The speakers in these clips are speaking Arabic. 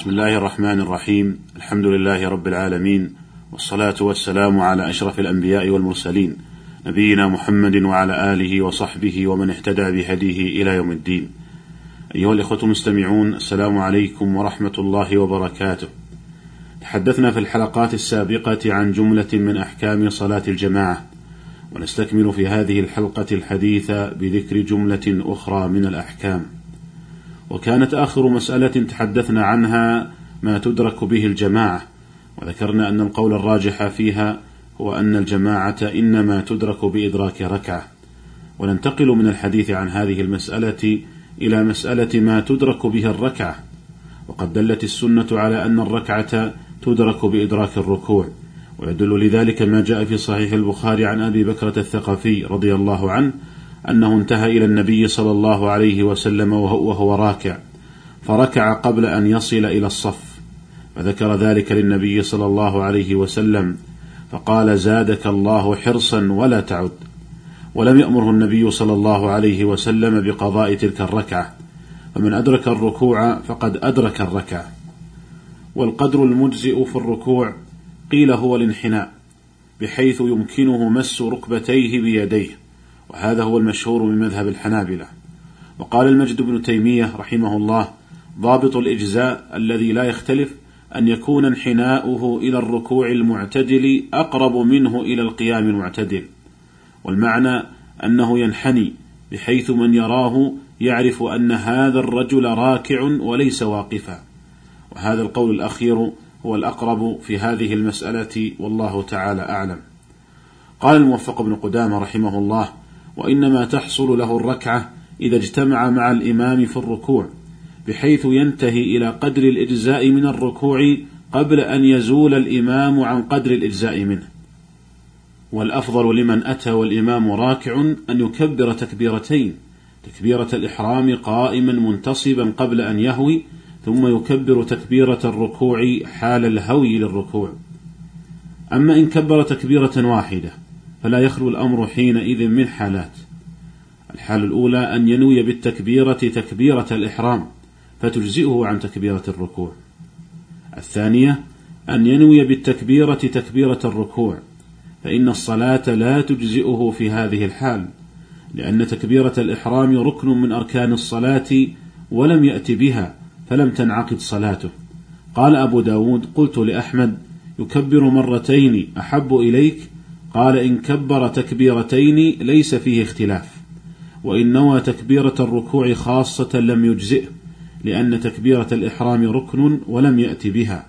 بسم الله الرحمن الرحيم. الحمد لله رب العالمين، والصلاة والسلام على أشرف الأنبياء والمرسلين، نبينا محمد وعلى آله وصحبه ومن اهتدى بهديه إلى يوم الدين. أيها الإخوة المستمعون، السلام عليكم ورحمة الله وبركاته. تحدثنا في الحلقات السابقة عن جملة من أحكام صلاة الجماعة، ونستكمل في هذه الحلقة الحديثة بذكر جملة أخرى من الأحكام. وكانت آخر مسألة تحدثنا عنها ما تدرك به الجماعة، وذكرنا أن القول الراجح فيها هو أن الجماعة إنما تدرك بإدراك ركعة. وننتقل من الحديث عن هذه المسألة إلى مسألة ما تدرك به الركعة، وقد دلت السنة على أن الركعة تدرك بإدراك الركوع، ويدل لذلك ما جاء في صحيح البخاري عن أبي بكرة الثقفي رضي الله عنه أنه انتهى إلى النبي صلى الله عليه وسلم وهو راكع، فركع قبل أن يصل إلى الصف، فذكر ذلك للنبي صلى الله عليه وسلم فقال: زادك الله حرصا ولا تعد. ولم يأمره النبي صلى الله عليه وسلم بقضاء تلك الركعة، فمن أدرك الركوع فقد أدرك الركعة. والقدر المجزئ في الركوع قيل هو الانحناء، بحيث يمكنه مس ركبتيه بيديه، وهذا هو المشهور من مذهب الحنابلة. وقال المجد بن تيمية رحمه الله: ضابط الإجزاء الذي لا يختلف أن يكون انحناؤه إلى الركوع المعتدل أقرب منه إلى القيام المعتدل، والمعنى أنه ينحني بحيث من يراه يعرف أن هذا الرجل راكع وليس واقفا. وهذا القول الأخير هو الأقرب في هذه المسألة، والله تعالى أعلم. قال الموفق بن قدامة رحمه الله: وإنما تحصل له الركعة إذا اجتمع مع الإمام في الركوع، بحيث ينتهي إلى قدر الإجزاء من الركوع قبل أن يزول الإمام عن قدر الإجزاء منه. والأفضل لمن أتى والإمام راكع أن يكبر تكبيرتين: تكبيرة الإحرام قائما منتصبا قبل أن يهوي، ثم يكبر تكبيرة الركوع حال الهوي للركوع. أما إن كبر تكبيرة واحدة فلا يخلو الأمر حينئذ من حالات. الحالة الأولى أن ينوي بالتكبيرة تكبيرة الإحرام فتجزئه عن تكبيرة الركوع. الثانية أن ينوي بالتكبيرة تكبيرة الركوع، فإن الصلاة لا تجزئه في هذه الحال، لأن تكبيرة الإحرام ركن من أركان الصلاة ولم يأتي بها، فلم تنعقد صلاته. قال أبو داود: قلت لأحمد: يكبر مرتين أحب إليك؟ قال: إن كبر تكبيرتين ليس فيه اختلاف، وإن نوى تكبيرة الركوع خاصة لم يجزئه، لأن تكبيرة الإحرام ركن ولم يأتي بها.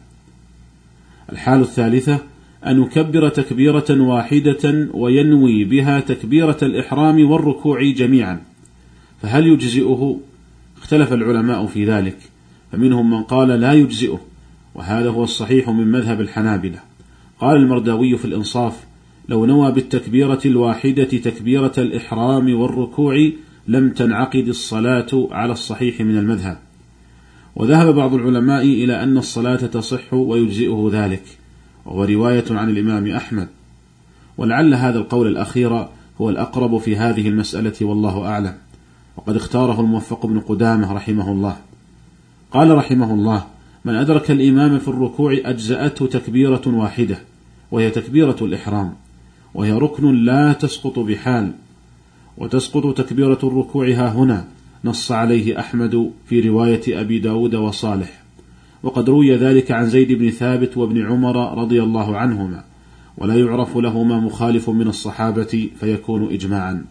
الحالة الثالثة أن يكبر تكبيرة واحدة وينوي بها تكبيرة الإحرام والركوع جميعا، فهل يجزئه؟ اختلف العلماء في ذلك، فمنهم من قال لا يجزئه، وهذا هو الصحيح من مذهب الحنابلة. قال المرداوي في الإنصاف: لو نوى بالتكبيرة الواحدة تكبيرة الإحرام والركوع لم تنعقد الصلاة على الصحيح من المذهب. وذهب بعض العلماء إلى أن الصلاة تصح ويجزئه ذلك، وهو رواية عن الإمام أحمد، ولعل هذا القول الأخير هو الأقرب في هذه المسألة، والله أعلم، وقد اختاره الموفق بن قدامة رحمه الله. قال رحمه الله: من أدرك الإمام في الركوع أجزأته تكبيرة واحدة، وهي تكبيرة الإحرام، وهي ركن لا تسقط بحال، وتسقط تكبيرة الركوع ها هنا، نص عليه أحمد في رواية أبي داود وصالح، وقد روي ذلك عن زيد بن ثابت وابن عمر رضي الله عنهما، ولا يعرف لهما مخالف من الصحابة فيكون إجماعا.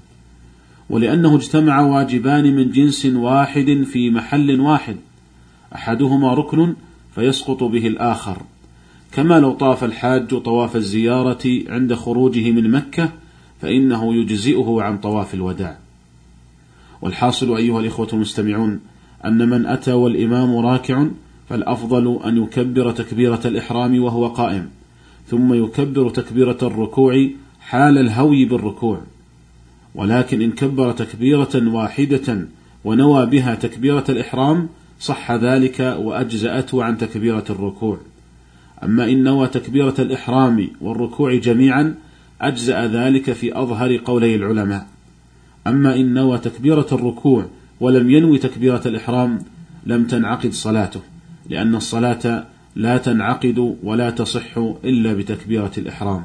ولأنه اجتمع واجبان من جنس واحد في محل واحد، أحدهما ركن فيسقط به الآخر، كما لو طاف الحاج طواف الزيارة عند خروجه من مكة فإنه يجزئه عن طواف الوداع. والحاصل أيها الإخوة المستمعون أن من أتى والإمام راكع فالأفضل أن يكبر تكبيرة الإحرام وهو قائم، ثم يكبر تكبيرة الركوع حال الهوي بالركوع. ولكن إن كبر تكبيرة واحدة ونوى بها تكبيرة الإحرام صح ذلك وأجزأته عن تكبيرة الركوع. أما إن نوى تكبيرة الإحرام والركوع جميعا أجزأ ذلك في أظهر قولي العلماء. أما إن نوى تكبيرة الركوع ولم ينوي تكبيرة الإحرام لم تنعقد صلاته، لأن الصلاة لا تنعقد ولا تصح إلا بتكبيرة الإحرام.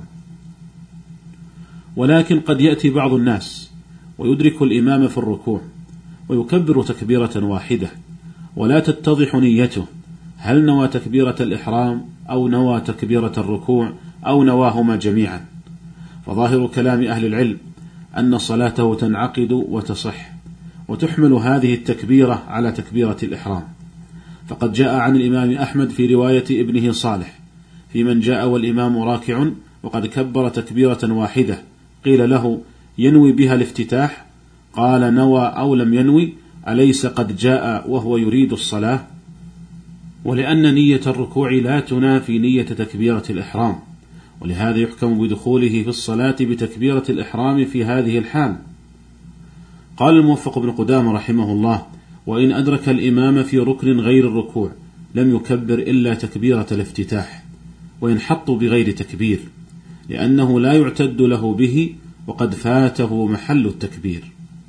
ولكن قد يأتي بعض الناس ويدرك الإمام في الركوع ويكبر تكبيرة واحدة ولا تتضح نيته، هل نوى تكبيرة الإحرام أو نوى تكبيرة الركوع أو نواهما جميعا؟ فظاهر كلام أهل العلم أن صلاته تنعقد وتصح، وتحمل هذه التكبيرة على تكبيرة الإحرام. فقد جاء عن الإمام أحمد في رواية ابنه صالح في من جاء والإمام راكع وقد كبر تكبيرة واحدة، قيل له: ينوي بها الافتتاح؟ قال: نوى أو لم ينوي، أليس قد جاء وهو يريد الصلاة؟ ولأن نية الركوع لا تنافي نية تكبيرة الإحرام، ولهذا يحكم بدخوله في الصلاة بتكبيرة الإحرام في هذه الحال. قال الموفق بن قدامة رحمه الله: وإن أدرك الإمام في ركن غير الركوع لم يكبر إلا تكبيرة الافتتاح، وينحط بغير تكبير، لأنه لا يعتد له به وقد فاته محل التكبير.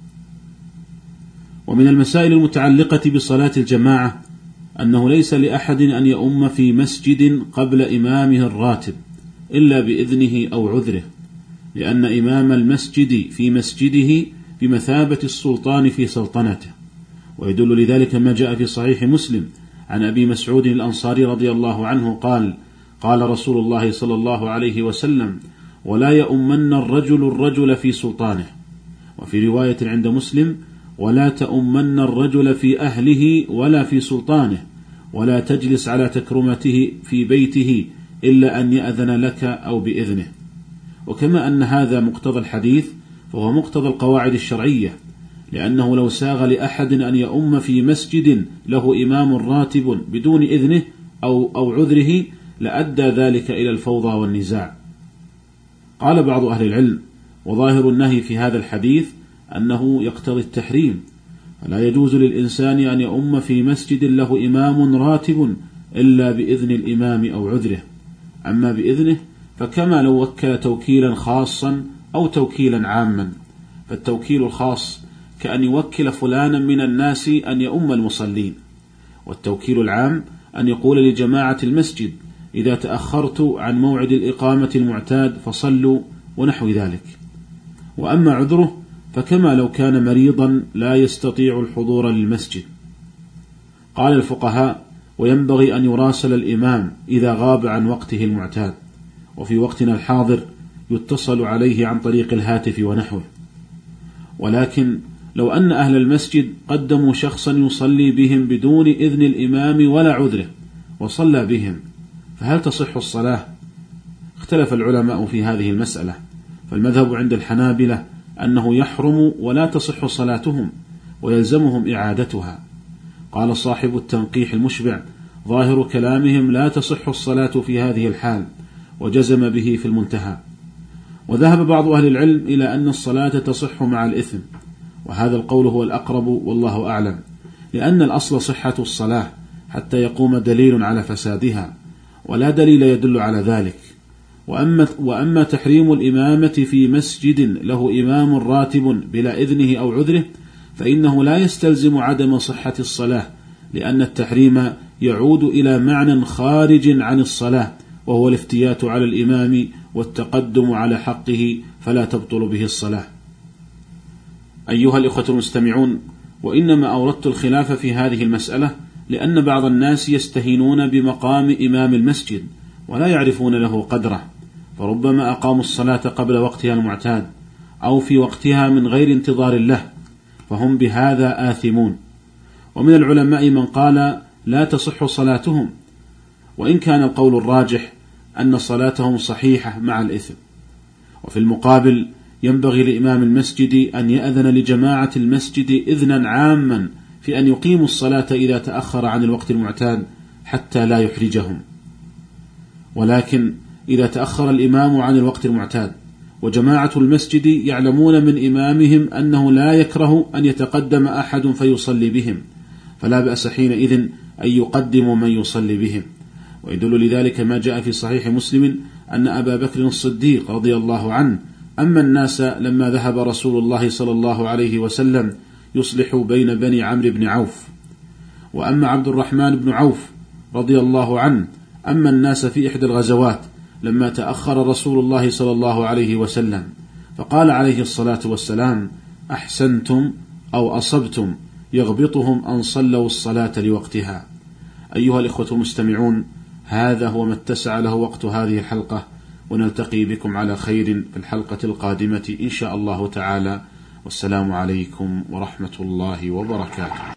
ومن المسائل المتعلقة بصلاة الجماعة أنه ليس لأحد أن يؤم في مسجد قبل إمامه الراتب إلا بإذنه أو عذره، لأن إمام المسجد في مسجده بمثابة السلطان في سلطنته. ويدل لذلك ما جاء في صحيح مسلم عن أبي مسعود الأنصاري رضي الله عنه قال: قال رسول الله صلى الله عليه وسلم: ولا يؤمن الرجل في سلطانه. وفي رواية عند مسلم: ولا تؤمن الرجل في أهله ولا في سلطانه، ولا تجلس على تكرمته في بيته إلا أن يأذن لك أو بإذنه. وكما أن هذا مقتضى الحديث فهو مقتضى القواعد الشرعية، لأنه لو ساغ لأحد أن يؤم في مسجد له إمام راتب بدون إذنه أو عذره لأدى ذلك إلى الفوضى والنزاع. قال بعض أهل العلم: وظاهر النهي في هذا الحديث أنه يقتضي التحريم، فلا يجوز للإنسان أن يؤم في مسجد له إمام راتب إلا بإذن الإمام أو عذره. أما بإذنه فكما لو وكل توكيلا خاصا أو توكيلا عاما، فالتوكيل الخاص كأن يوكل فلانا من الناس أن يؤم المصلين، والتوكيل العام أن يقول لجماعة المسجد: إذا تأخرت عن موعد الإقامة المعتاد فصلوا، ونحو ذلك. وأما عذره فكما لو كان مريضا لا يستطيع الحضور للمسجد. قال الفقهاء: وينبغي أن يراسل الإمام إذا غاب عن وقته المعتاد، وفي وقتنا الحاضر يتصل عليه عن طريق الهاتف ونحوه. ولكن لو أن أهل المسجد قدموا شخصا يصلي بهم بدون إذن الإمام ولا عذره وصلى بهم، فهل تصح الصلاة؟ اختلف العلماء في هذه المسألة، فالمذهب عند الحنابلة أنه يحرم ولا تصح صلاتهم ويلزمهم إعادتها. قال صاحب التنقيح المشبع: ظاهر كلامهم لا تصح الصلاة في هذه الحال، وجزم به في المنتهى. وذهب بعض أهل العلم إلى أن الصلاة تصح مع الإثم، وهذا القول هو الأقرب والله أعلم، لأن الأصل صحة الصلاة حتى يقوم دليل على فسادها، ولا دليل يدل على ذلك. وأما تحريم الإمامة في مسجد له إمام راتب بلا إذنه أو عذره فإنه لا يستلزم عدم صحة الصلاة، لأن التحريم يعود إلى معنى خارج عن الصلاة، وهو الافتيات على الإمام والتقدم على حقه، فلا تبطل به الصلاة. أيها الإخوة المستمعون، وإنما أوردت الخلاف في هذه المسألة لأن بعض الناس يستهينون بمقام إمام المسجد ولا يعرفون له قدره، فربما أقاموا الصلاة قبل وقتها المعتاد أو في وقتها من غير انتظار له، فهم بهذا آثمون. ومن العلماء من قال لا تصح صلاتهم، وإن كان القول الراجح أن صلاتهم صحيحة مع الإثم. وفي المقابل ينبغي لإمام المسجد أن يأذن لجماعة المسجد إذنا عاما في أن يقيموا الصلاة إذا تأخر عن الوقت المعتاد حتى لا يحرجهم. ولكن إذا تأخر الإمام عن الوقت المعتاد وجماعة المسجد يعلمون من إمامهم أنه لا يكره أن يتقدم أحد فيصلي بهم، فلا بأس حينئذ أن يقدموا من يصلي بهم. ويدل لذلك ما جاء في صحيح مسلم أن أبا بكر الصديق رضي الله عنه أما الناس لما ذهب رسول الله صلى الله عليه وسلم يصلح بين بني عمرو بن عوف. وأما عبد الرحمن بن عوف رضي الله عنه أما الناس في إحدى الغزوات لما تأخر رسول الله صلى الله عليه وسلم، فقال عليه الصلاة والسلام: أحسنتم أو أصبتم، يغبطهم أن صلوا الصلاة لوقتها. أيها الإخوة المستمعون، هذا هو ما اتسع له وقت هذه الحلقة، ونلتقي بكم على خير في الحلقة القادمة إن شاء الله تعالى، والسلام عليكم ورحمة الله وبركاته.